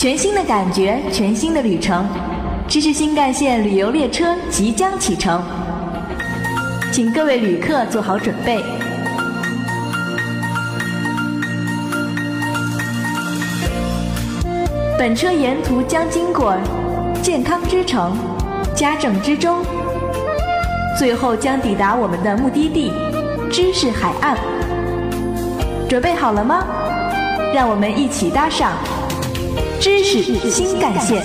全新的感觉，全新的旅程，知识新干线旅游列车即将启程，请各位旅客做好准备。本车沿途将经过健康之城、家政之州，最后将抵达我们的目的地知识海岸。准备好了吗？让我们一起搭上知识新干线。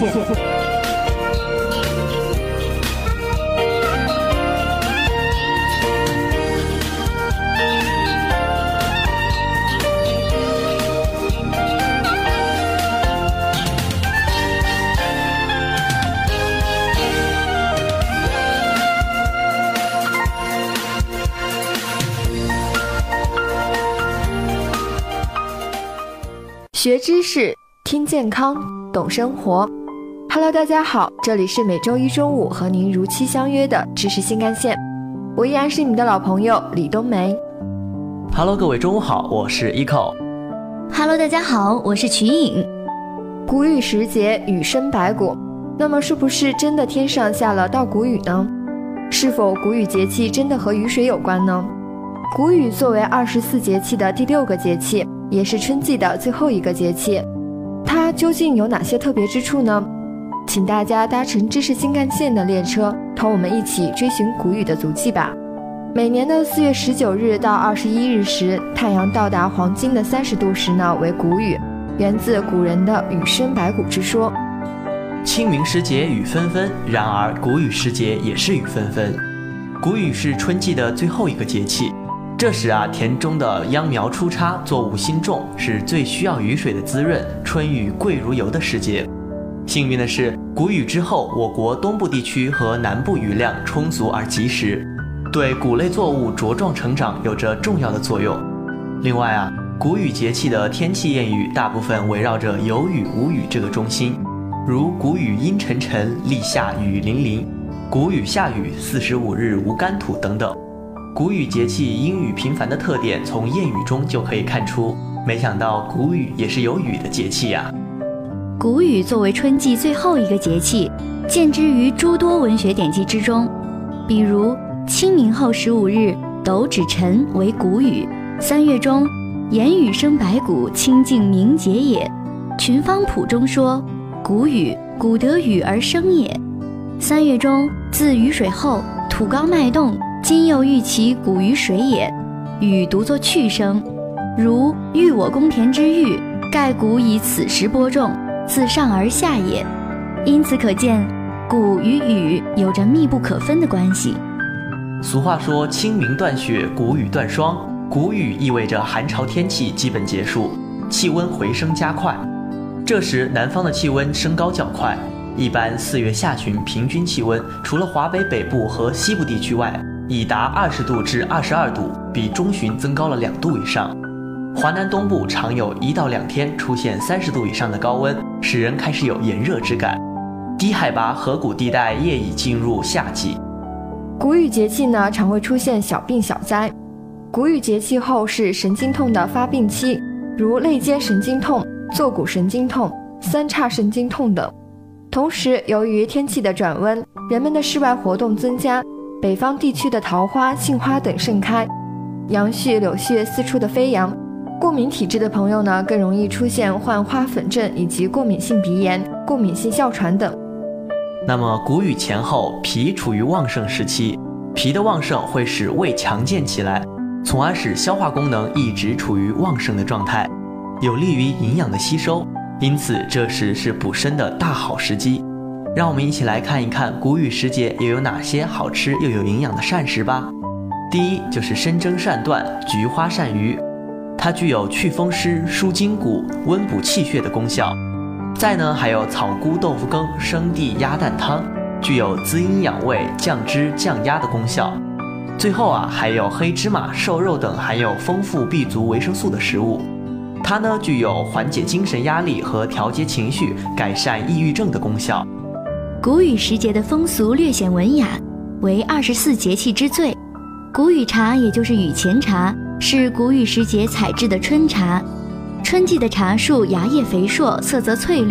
学知识，听健康，懂生活。Hello， 大家好，这里是每周一中午和您如期相约的知识新干线，我依然是你们的老朋友李冬梅。 Hello， 各位中午好，我是 Eco。Hello， 大家好，我是瞿颖。 谷雨时节，雨生百谷，那么是不是真的天上下了稻谷雨呢？是否谷雨节气真的和雨水有关呢？谷雨作为24节气的第6个节气，也是春季的最后一个节气，它究竟有哪些特别之处呢？请大家搭乘知识新干线的列车，同我们一起追寻谷雨的足迹吧。每年的4月19日到21日时，太阳到达黄金的30度时呢，为谷雨，源自古人的雨生百谷之说。 清明时节雨纷纷，然而谷雨时节也是雨纷纷。谷雨是春季的最后一个节气，这时田中的秧苗出插，作物新种，是最需要雨水的滋润，春雨贵如油的时节。幸运的是，谷雨之后，我国东部地区和南部雨量充足而及时，对谷类作物茁壮成长有着重要的作用。另外谷雨节气的天气谚语大部分围绕着有雨无雨这个中心，如谷雨阴沉沉，立夏雨淋淋，谷雨下雨45日无干土等等。谷雨节气阴雨频繁的特点从谚语中就可以看出，没想到谷雨也是有雨的节气呀。 谷雨作为春季最后一个节气，见之于诸多文学典籍之中，比如清明后15日，斗指辰为谷雨，3月中，言语生百谷，清净明节也。群芳谱中说，谷雨，谷得雨而生也。3月中，自雨水后，土高脉动，今又遇其谷于水也，雨独作去声，如欲我公田之玉，盖谷以此时播种，自上而下也。因此可见，谷与雨有着密不可分的关系。 俗话说，清明断雪，谷雨断霜。谷雨意味着寒潮天气基本结束，气温回升加快。这时南方的气温升高较快，一般4月下旬平均气温除了华北北部和西部地区外，已达20度至22度，比中旬增高了2度以上。华南东部常有1到2天出现30度以上的高温，使人开始有炎热之感。低海拔河谷地带业已进入夏季。 谷雨节气呢，常会出现小病小灾。谷雨节气后是神经痛的发病期，如肋间神经痛、坐骨神经痛、三叉神经痛等。同时，由于天气的转温，人们的室外活动增加，北方地区的桃花、杏花等盛开，杨絮、柳絮四处的飞扬。过敏体质的朋友呢，更容易出现患花粉症以及过敏性鼻炎、过敏性哮喘等。 那么谷雨前后，脾处于旺盛时期，脾的旺盛会使胃强健起来，从而使消化功能一直处于旺盛的状态，有利于营养的吸收，因此这时是补身的大好时机。让我们一起来看一看谷雨时节又有哪些好吃又有营养的膳食吧。第一就是生蒸鳝段、菊花鳝鱼，它具有祛风湿、舒筋骨、温补气血的功效。再呢，还有草菇豆腐羹、生地鸭蛋汤，具有滋阴养胃、降脂降压的功效。最后还有黑芝麻、瘦肉等含有丰富 B 族维生素的食物，它呢具有缓解精神压力和调节情绪、改善抑郁症的功效。 谷雨时节的风俗略显文雅，为24节气之最。谷雨茶也就是雨前茶，是谷雨时节采制的春茶。春季的茶树芽叶肥硕，色泽翠绿，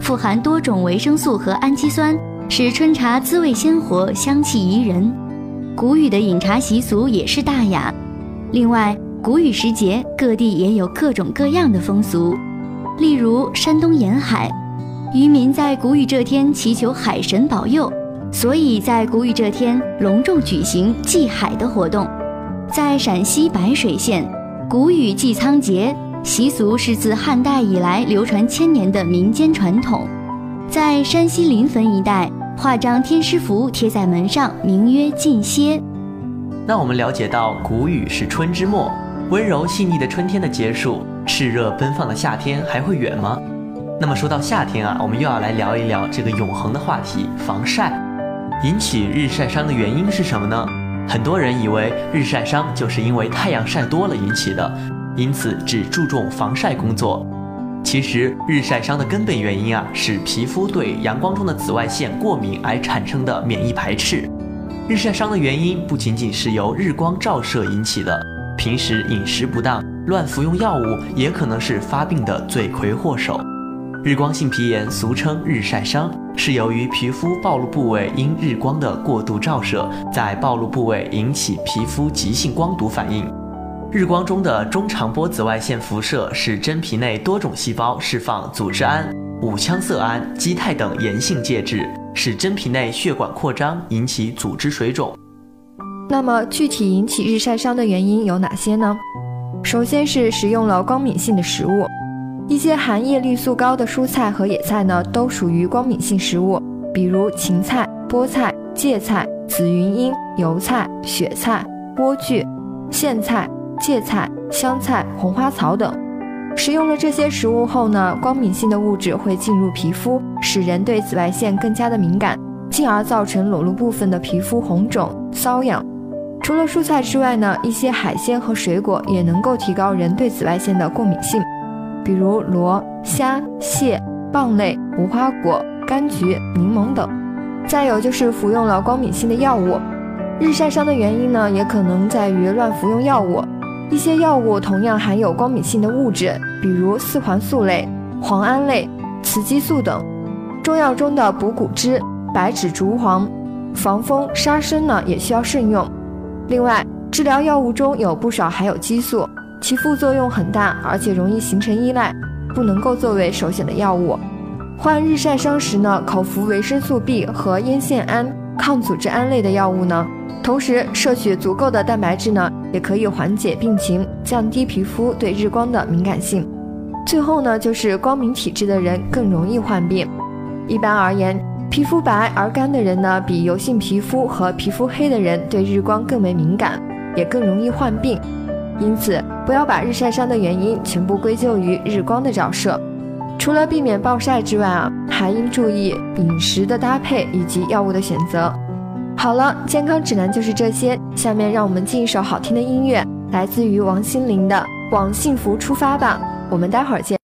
富含多种维生素和氨基酸，使春茶滋味鲜活，香气宜人。谷雨的饮茶习俗也是大雅。另外，谷雨时节，各地也有各种各样的风俗。例如山东沿海，渔民在谷雨这天祈求海神保佑，所以在谷雨这天隆重举行祭海的活动。在陕西白水县，谷雨祭仓节习俗是自汉代以来流传千年的民间传统。在山西临汾一带，画张天师符贴在门上，名曰禁歇。 那我们了解到谷雨是春之末，温柔细腻的春天的结束，炽热奔放的夏天还会远吗？那么说到夏天啊，我们又要来聊一聊这个永恒的话题——防晒。引起日晒伤的原因是什么呢？很多人以为日晒伤就是因为太阳晒多了引起的，因此只注重防晒工作。其实日晒伤的根本原因啊，是皮肤对阳光中的紫外线过敏而产生的免疫排斥。日晒伤的原因不仅仅是由日光照射引起的，平时饮食不当、乱服用药物也可能是发病的罪魁祸首。日光性皮炎俗称日晒伤，是由于皮肤暴露部位因日光的过度照射，在暴露部位引起皮肤急性光毒反应。日光中的中长波紫外线辐射使真皮内多种细胞释放组织胺、五羟色胺、基肽等炎性介质，使真皮内血管扩张，引起组织水肿。 那么具体引起日晒伤的原因有哪些呢？首先是食用了光敏性的食物，一些含叶绿素高的蔬菜和野菜呢，都属于光敏性食物，比如芹菜、菠菜、芥菜、紫云英、油菜、雪菜、莴苣、苋菜、芥菜、香菜、红花草等。食用了这些食物后呢，光敏性的物质会进入皮肤，使人对紫外线更加的敏感，进而造成裸露部分的皮肤红肿、瘙痒。除了蔬菜之外呢，一些海鲜和水果也能够提高人对紫外线的过敏性，比如螺、虾、蟹、蚌类、无花果、柑橘、柠檬等。再有就是服用了光敏性的药物。日晒伤的原因呢，也可能在于乱服用药物。一些药物同样含有光敏性的物质，比如四环素类、磺胺类、雌激素等。中药中的补骨脂、白芷竹黄、防风、沙参呢，也需要慎用。另外，治疗药物中有不少含有激素，其副作用很大，而且容易形成依赖，不能够作为首选的药物。患日晒伤时呢，口服维生素 B 和烟酰胺、抗组织胺类的药物呢，同时摄取足够的蛋白质呢，也可以缓解病情，降低皮肤对日光的敏感性。最后呢，就是光敏体质的人更容易患病。一般而言，皮肤白而干的人呢，比油性皮肤和皮肤黑的人对日光更为敏感，也更容易患病。因此，不要把日晒伤的原因全部归咎于日光的照射。除了避免暴晒之外啊，还应注意饮食的搭配以及药物的选择。好了，健康指南就是这些，下面让我们进一首好听的音乐，来自于王心凌的《往幸福出发吧》，我们待会儿见。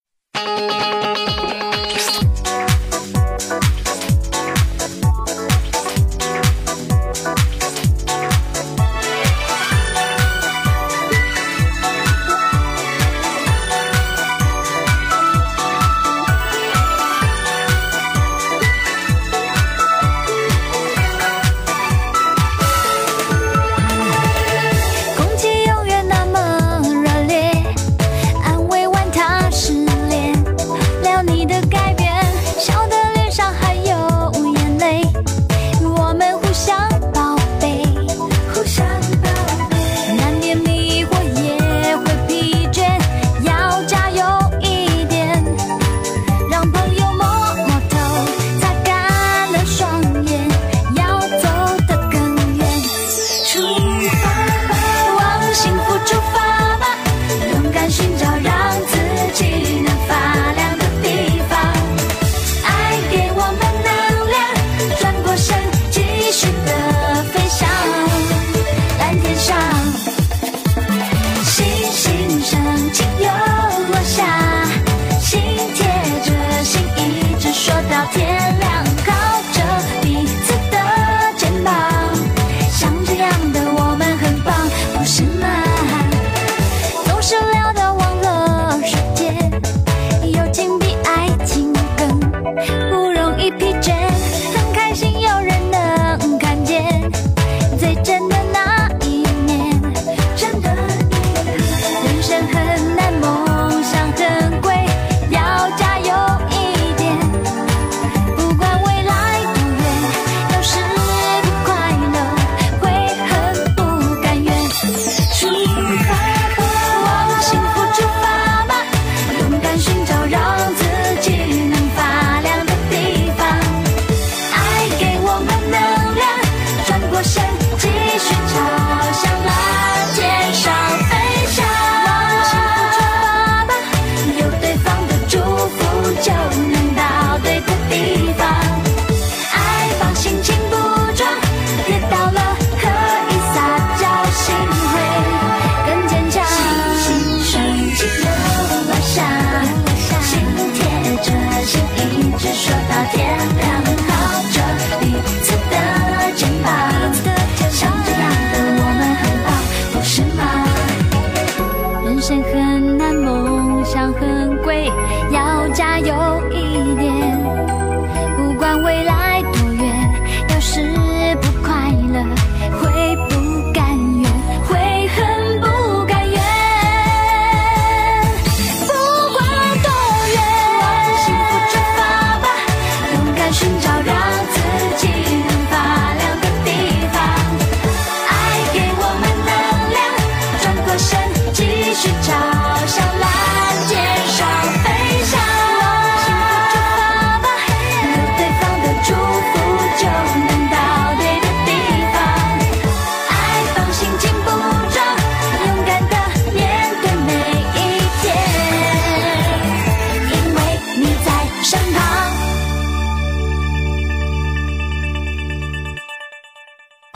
空气永远那么热烈，安慰完他时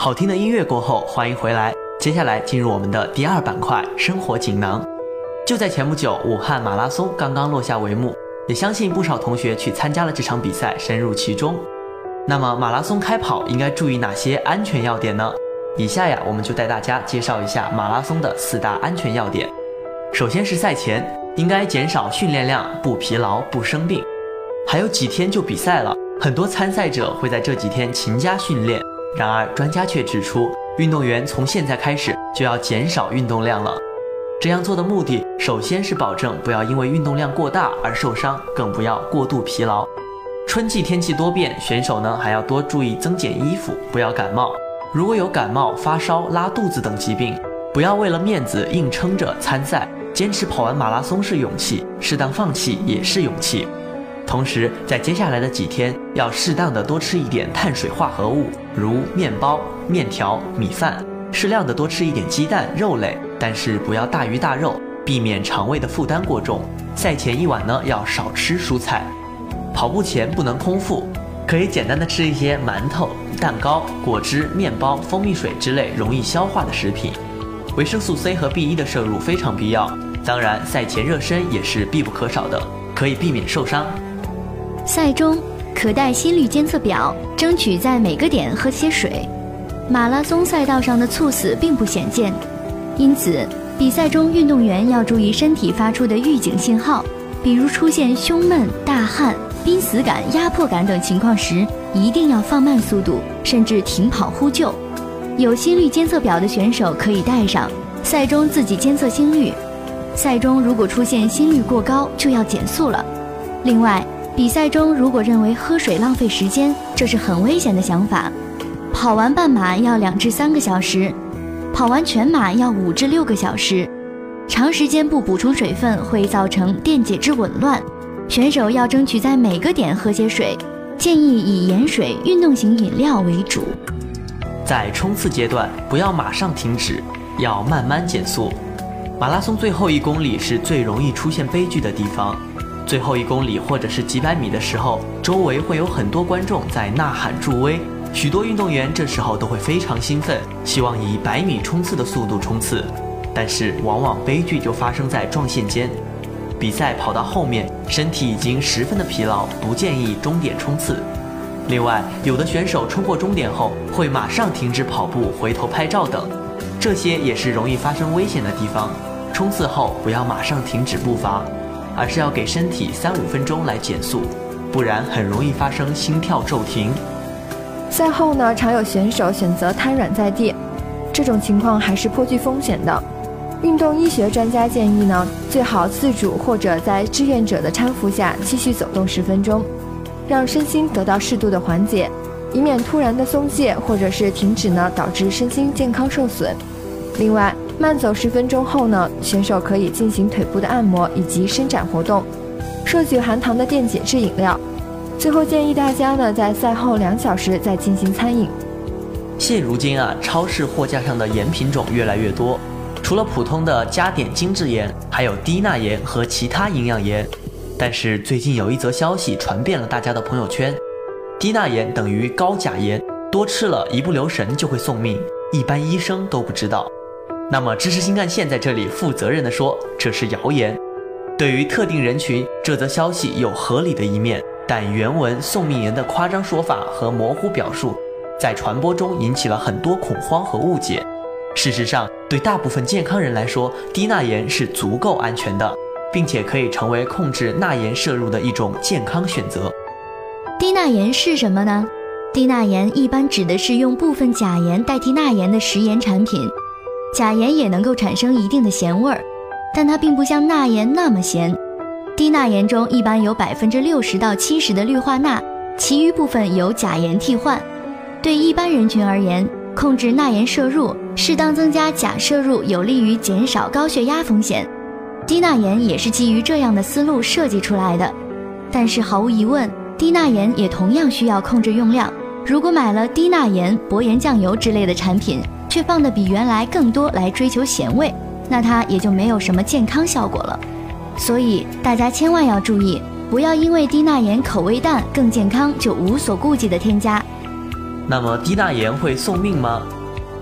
好听的音乐过后，欢迎回来。接下来进入我们的第2板块生活锦囊。就在前不久，武汉马拉松刚刚落下帷幕，也相信不少同学去参加了这场比赛，深入其中。那么马拉松开跑应该注意哪些安全要点呢？以下呀，我们就带大家介绍一下马拉松的4大安全要点。首先是赛前应该减少训练量，不疲劳，不生病。还有几天就比赛了，很多参赛者会在这几天勤加训练。然而专家却指出，运动员从现在开始就要减少运动量了。这样做的目的，首先是保证不要因为运动量过大而受伤，更不要过度疲劳。春季天气多变，选手呢还要多注意增减衣服，不要感冒。如果有感冒、发烧、拉肚子等疾病，不要为了面子硬撑着参赛。坚持跑完马拉松是勇气，适当放弃也是勇气。同时，在接下来的几天，要适当的多吃一点碳水化合物，如面包、面条、米饭，适量的多吃一点鸡蛋、肉类，但是不要大鱼大肉，避免肠胃的负担过重。赛前1晚呢，要少吃蔬菜。跑步前不能空腹，可以简单的吃一些馒头、蛋糕、果汁、面包、蜂蜜水之类容易消化的食品。维生素 C 和 B1 的摄入非常必要，当然赛前热身也是必不可少的，可以避免受伤。 赛中可带心率监测表，争取在每个点喝些水。马拉松赛道上的猝死并不鲜见，因此比赛中运动员要注意身体发出的预警信号，比如出现胸闷、大汗、濒死感、压迫感等情况时，一定要放慢速度，甚至停跑呼救。有心率监测表的选手可以带上，赛中自己监测心率。赛中如果出现心率过高，就要减速了。另外，比赛中如果认为喝水浪费时间，这是很危险的想法。跑完半马要2至3个小时，跑完全马要5至6个小时。长时间不补充水分会造成电解质紊乱，选手要争取在每个点喝些水，建议以盐水、运动型饮料为主。 在冲刺阶段，不要马上停止，要慢慢减速。马拉松最后1公里是最容易出现悲剧的地方。最后1公里或者是几百米的时候，周围会有很多观众在呐喊助威，许多运动员这时候都会非常兴奋，希望以100米冲刺的速度冲刺。但是往往悲剧就发生在撞线间。比赛跑到后面，身体已经十分的疲劳，不建议终点冲刺。另外，有的选手冲过终点后会马上停止跑步，回头拍照等，这些也是容易发生危险的地方。冲刺后不要马上停止步伐，而是要给身体3-5分钟来减速，不然很容易发生心跳骤停。 赛后呢，常有选手选择瘫软在地，这种情况还是颇具风险的。运动医学专家建议呢，最好自主或者在志愿者的搀扶下继续走动10分钟。让身心得到适度的缓解，以免突然的松懈或者是停止呢，导致身心健康受损。另外，慢走10分钟后呢，选手可以进行腿部的按摩以及伸展活动，摄取含糖的电解质饮料。最后建议大家呢，在赛后2小时再进行餐饮。 现如今啊，超市货架上的盐品种越来越多，除了普通的加碘精制盐，还有低钠盐和其他营养盐。但是最近有一则消息传遍了大家的朋友圈，低钠盐等于高钾盐，多吃了一不留神就会送命，一般医生都不知道。那么知识新干线在这里负责任地说，这是谣言。对于特定人群，这则消息有合理的一面，但原文送命盐的夸张说法和模糊表述，在传播中引起了很多恐慌和误解。事实上，对大部分健康人来说，低钠盐是足够安全的，并且可以成为控制钠盐摄入的一种健康选择。 低钠盐是什么呢？低钠盐一般指的是用部分钾盐代替钠盐的食盐产品。钾盐也能够产生一定的咸味儿，但它并不像钠盐那么咸。低钠盐中一般有60%到70%的氯化钠，其余部分由钾盐替换。对一般人群而言，控制钠盐摄入，适当增加钾摄入，有利于减少高血压风险。低钠盐也是基于这样的思路设计出来的。但是毫无疑问，低钠盐也同样需要控制用量。如果买了低钠盐、薄盐酱油之类的产品，却放的比原来更多来追求咸味，那它也就没有什么健康效果了。所以大家千万要注意，不要因为低钠盐口味淡更健康就无所顾忌的添加。 那么低钠盐会送命吗？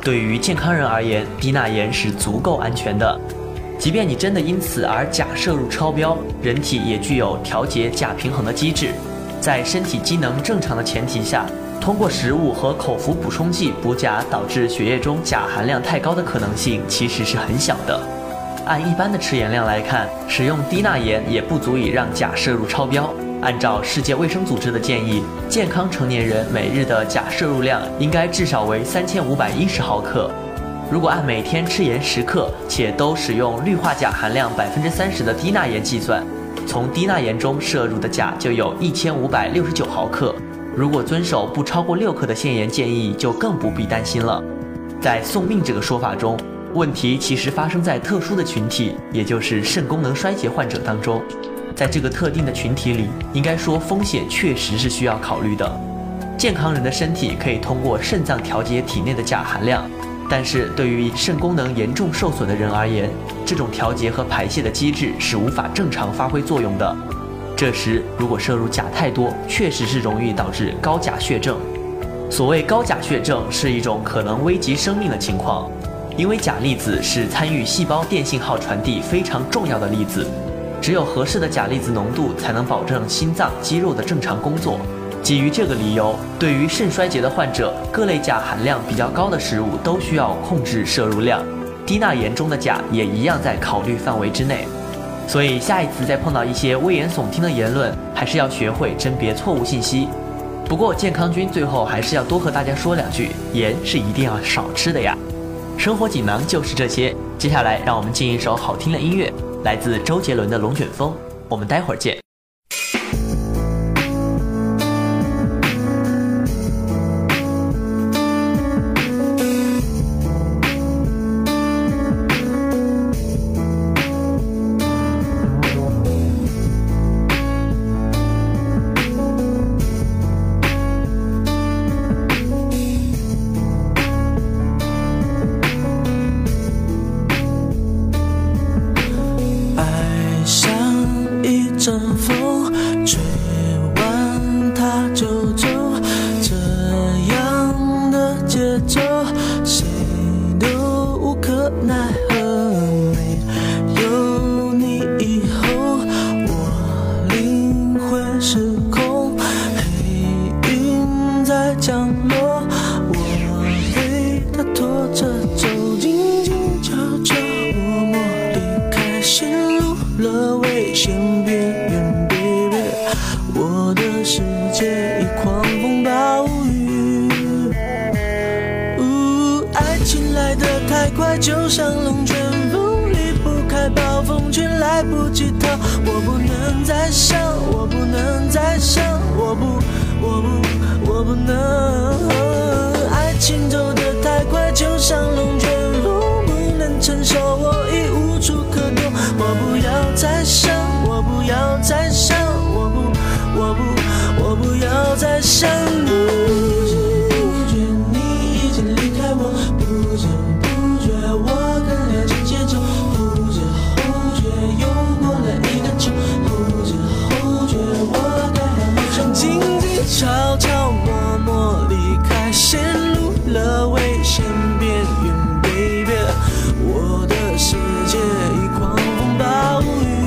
对于健康人而言，低钠盐是足够安全的。即便你真的因此而钾摄入超标，人体也具有调节钾平衡的机制，在身体机能正常的前提下，通过食物和口服补充剂补钾导致血液中钾含量太高的可能性其实是很小的。按一般的吃盐量来看，使用低钠盐也不足以让钾摄入超标。按照世界卫生组织的建议，健康成年人每日的钾摄入量应该至少为3510毫克。如果按每天吃盐10克，且都使用氯化钾含量30%的低钠盐计算，从低钠盐中摄入的钾就有1569毫克。如果遵守不超过6克的限盐建议，就更不必担心了。在送命这个说法中，问题其实发生在特殊的群体，也就是肾功能衰竭患者当中。在这个特定的群体里，应该说风险确实是需要考虑的。健康人的身体可以通过肾脏调节体内的钾含量，但是对于肾功能严重受损的人而言，这种调节和排泄的机制是无法正常发挥作用的。这时如果摄入钾太多，确实是容易导致高钾血症。所谓高钾血症是一种可能危及生命的情况，因为钾离子是参与细胞电信号传递非常重要的粒子，只有合适的钾离子浓度才能保证心脏、肌肉的正常工作。基于这个理由，对于肾衰竭的患者，各类钾含量比较高的食物都需要控制摄入量，低钠盐中的钾也一样在考虑范围之内。所以下一次再碰到一些危言耸听的言论，还是要学会甄别错误信息。不过健康君最后还是要多和大家说两句，盐是一定要少吃的呀。生活锦囊就是这些，接下来让我们进一首好听的音乐，来自周杰伦的《龙卷风》，我们待会儿见。 就像龙卷风，离不开暴风圈，来不及逃。我不能再想，我不能再想，我不能。爱情走得太快，就像龙卷风，不能承受，我已无处可躲。我不要再想，我不要再想，我不要再想你。悄悄默默离开，陷入了危险边缘 ，baby， 我的世界已狂风暴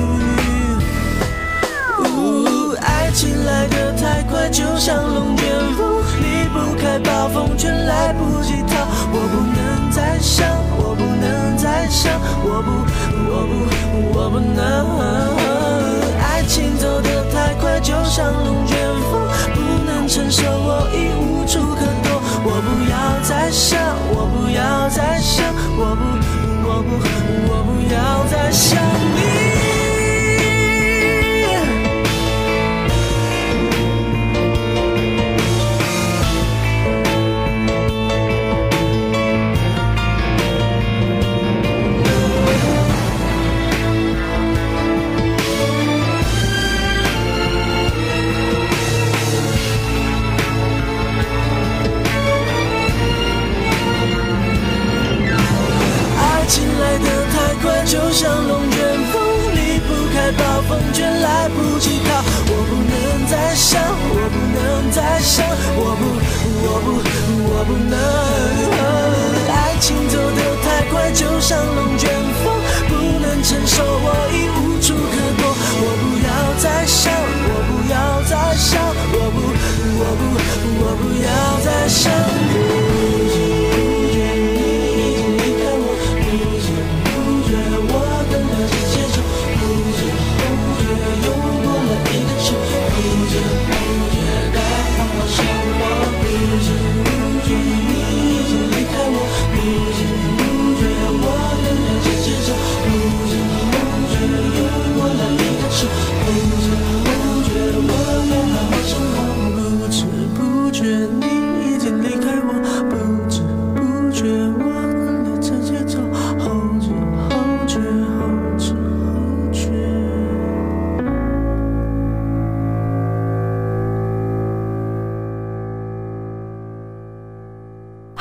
雨。爱情来得太快，就像龙卷风，离不开暴风圈，来不及逃。我不能再想，我不能再想，我不能。爱情走得太快，就像龙卷风。承受，我已无处可躲。我不要再想，我不要再想，我不要再想你。就像龙卷风，离不开暴风圈，来不及逃。我不能再想，我不能再想，我不能。爱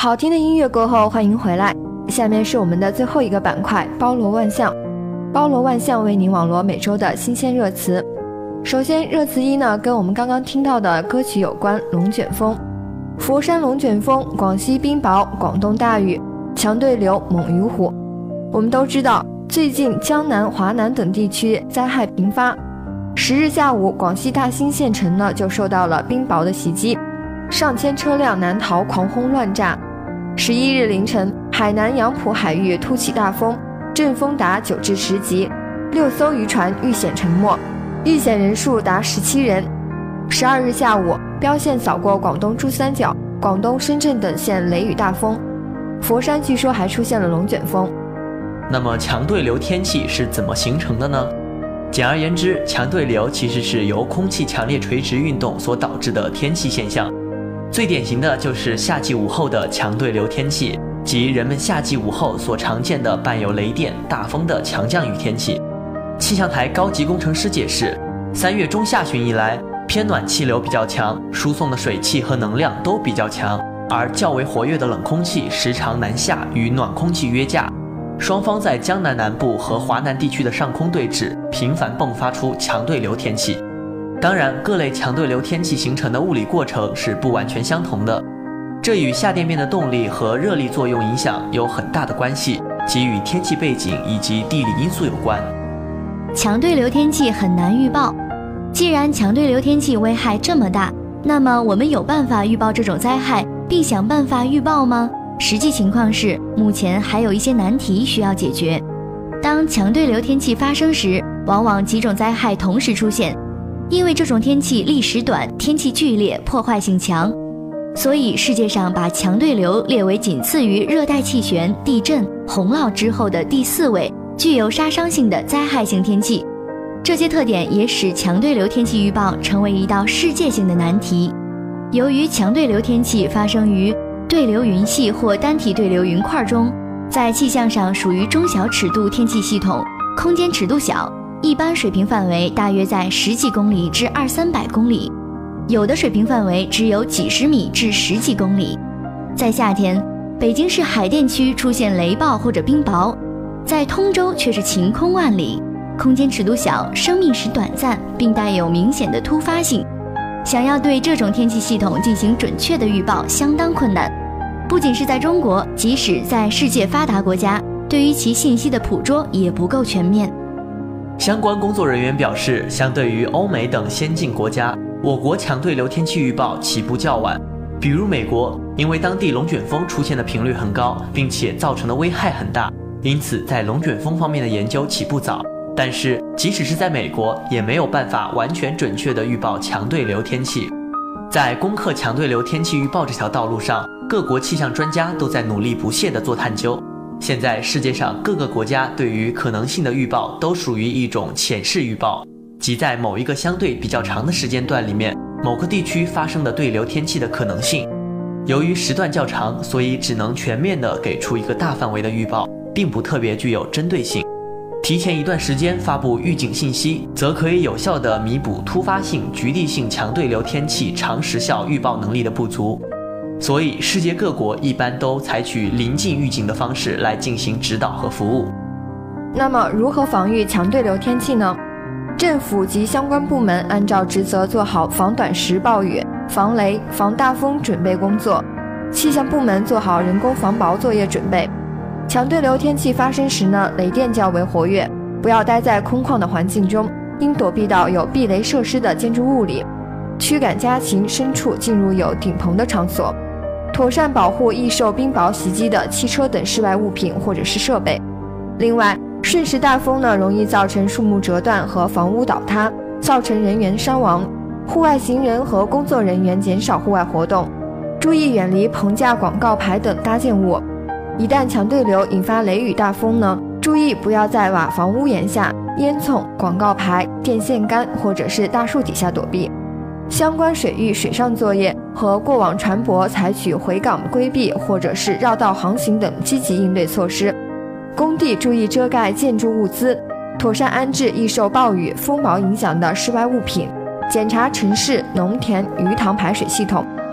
好听的音乐过后，欢迎回来。下面是我们的最后一个板块，包罗万象。包罗万象为您网罗每周的新鲜热词。首先，热词一呢，跟我们刚刚听到的歌曲有关，龙卷风。佛山龙卷风，广西冰雹，广东大雨，强对流，猛于虎。我们都知道，最近江南、华南等地区灾害频发。10日下午，广西大兴县城呢就受到了冰雹的袭击，上千车辆难逃狂轰乱炸。11日凌晨，海南杨浦海域突起大风，阵风达9至10级，6艘渔船遇险沉没，遇险人数达17人。12日下午，标线扫过广东珠三角、广东深圳等县雷雨大风，佛山据说还出现了龙卷风。 那么强对流天气是怎么形成的呢？简而言之，强对流其实是由空气强烈垂直运动所导致的天气现象。最典型的就是夏季午后的强对流天气，即人们夏季午后所常见的伴有雷电、大风的强降雨天气。气象台高级工程师解释，3月中下旬以来，偏暖气流比较强，输送的水汽和能量都比较强，而较为活跃的冷空气时常南下与暖空气约架，双方在江南南部和华南地区的上空对峙，频繁迸发出强对流天气。当然，各类强对流天气形成的物理过程是不完全相同的，这与下电面的动力和热力作用影响有很大的关系，即与天气背景以及地理因素有关。 强对流天气很难预报，既然强对流天气危害这么大，那么我们有办法预报这种灾害，并想办法预报吗？实际情况是，目前还有一些难题需要解决。当强对流天气发生时，往往几种灾害同时出现，因为这种天气历时短，天气剧烈，破坏性强，所以世界上把强对流列为仅次于热带气旋、地震、洪涝之后的第4位具有杀伤性的灾害性天气。这些特点也使强对流天气预报成为一道世界性的难题。由于强对流天气发生于对流云系或单体对流云块中，在气象上属于中小尺度天气系统，空间尺度小，一般水平范围大约在10几公里至200-300公里，有的水平范围只有几十米至10几公里。在夏天，北京市海淀区出现雷暴或者冰雹，在通州却是晴空万里，空间尺度小，生命时短暂，并带有明显的突发性。想要对这种天气系统进行准确的预报相当困难，不仅是在中国，即使在世界发达国家，对于其信息的捕捉也不够全面。 相关工作人员表示，相对于欧美等先进国家，我国强对流天气预报起步较晚。比如美国，因为当地龙卷风出现的频率很高，并且造成的危害很大，因此在龙卷风方面的研究起步早。但是即使是在美国，也没有办法完全准确地预报强对流天气。在攻克强对流天气预报这条道路上，各国气象专家都在努力不懈地做探究。现在世界上各个国家对于可能性的预报都属于一种潜势预报，即在某一个相对比较长的时间段里面，某个地区发生的对流天气的可能性。由于时段较长，所以只能全面地给出一个大范围的预报，并不特别具有针对性。提前一段时间发布预警信息，则可以有效地弥补突发性、局地性强对流天气长时效预报能力的不足。所以世界各国一般都采取临近预警的方式来进行指导和服务。 那么如何防御强对流天气呢？政府及相关部门按照职责做好防短时暴雨、防雷、防大风准备工作，气象部门做好人工防雹作业准备。强对流天气发生时呢，雷电较为活跃，不要待在空旷的环境中，应躲避到有避雷设施的建筑物里，驱赶家禽牲畜进入有顶棚的场所，妥善保护易受冰雹袭击的汽车等室外物品或者是设备。另外，瞬时大风呢，容易造成树木折断和房屋倒塌，造成人员伤亡。户外行人和工作人员减少户外活动，注意远离棚架、广告牌等搭建物。一旦强对流引发雷雨大风呢，注意不要在瓦房屋檐下、烟囱、广告牌、电线杆或者是大树底下躲避。相关水域水上作业和过往船舶采取回港规避或者是绕道航行等积极应对措施。工地注意遮盖建筑物资，妥善安置易受暴雨、风雹影响的室外物品，检查城市、农田、鱼塘排水系统，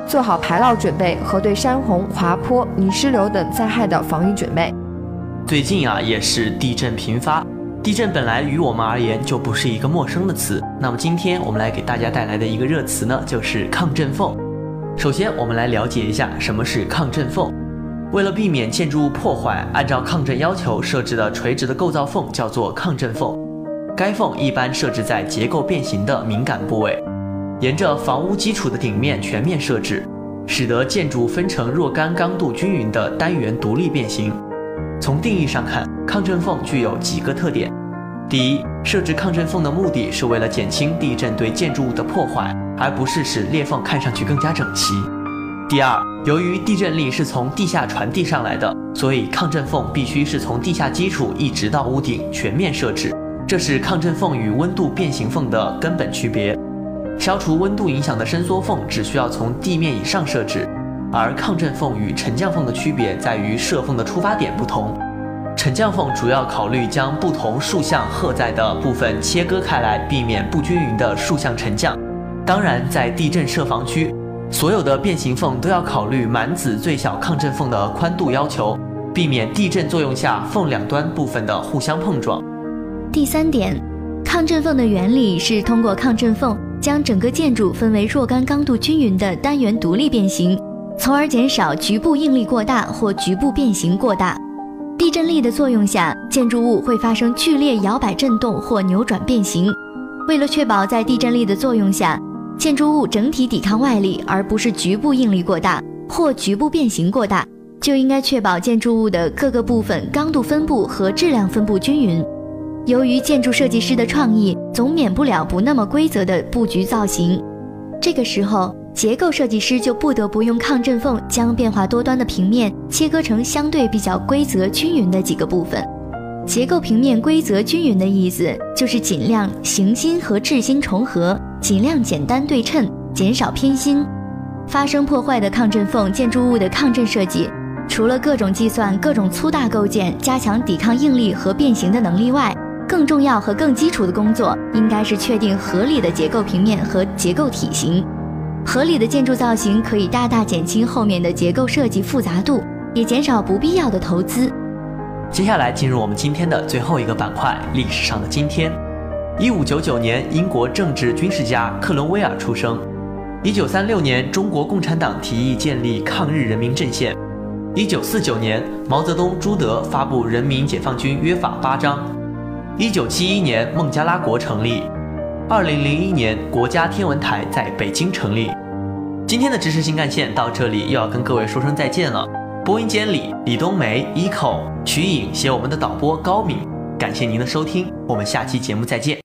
做好排涝准备和对山洪、滑坡、泥石流等灾害的防御准备。 最近也是地震频发，地震本来于我们而言就不是一个陌生的词，那么今天我们来给大家带来的一个热词呢，就是抗震缝。首先我们来了解一下什么是抗震缝。为了避免建筑物破坏，按照抗震要求设置的垂直的构造缝叫做抗震缝。该缝一般设置在结构变形的敏感部位，沿着房屋基础的顶面全面设置，使得建筑分成若干刚度均匀的单元独立变形。从定义上看，抗震缝具有几个特点。第一，设置抗震缝的目的是为了减轻地震对建筑物的破坏，而不是使裂缝看上去更加整齐。第二，由于地震力是从地下传递上来的，所以抗震缝必须是从地下基础一直到屋顶全面设置，这是抗震缝与温度变形缝的根本区别。消除温度影响的伸缩缝只需要从地面以上设置，而抗震缝与沉降缝的区别在于设缝的出发点不同。沉降缝主要考虑将不同竖向荷载的部分切割开来，避免不均匀的竖向沉降。当然，在地震设防区，所有的变形缝都要考虑满子最小抗震缝的宽度要求，避免地震作用下缝两端部分的互相碰撞。 第三点，抗震缝的原理是通过抗震缝将整个建筑分为若干刚度均匀的单元独立变形，从而减少局部应力过大或局部变形过大。地震力的作用下，建筑物会发生剧烈摇摆震动或扭转变形。为了确保在地震力的作用下，建筑物整体抵抗外力，而不是局部应力过大或局部变形过大，就应该确保建筑物的各个部分刚度分布和质量分布均匀。由于建筑设计师的创意总免不了不那么规则的布局造型，这个时候结构设计师就不得不用抗震缝将变化多端的平面切割成相对比较规则均匀的几个部分。结构平面规则均匀的意思就是尽量形心和质心重合，尽量简单对称，减少偏心。发生破坏的抗震缝建筑物的抗震设计，除了各种计算各种粗大构件加强抵抗应力和变形的能力外，更重要和更基础的工作应该是确定合理的结构平面和结构体型。合理的建筑造型可以大大减轻后面的结构设计复杂度，也减少不必要的投资。 接下来进入我们今天的最后一个板块，历史上的今天。1599年，英国政治军事家克伦威尔出生。1936年，中国共产党提议建立抗日人民阵线。1949年，毛泽东、朱德发布人民解放军约法8章。1971年，孟加拉国成立。2001年，国家天文台在北京成立。今天的知识新干线到这里又要跟各位说声再见了。播音间里，李冬梅、Eco、瞿颖携我们的导播高敏，感谢您的收听，我们下期节目再见。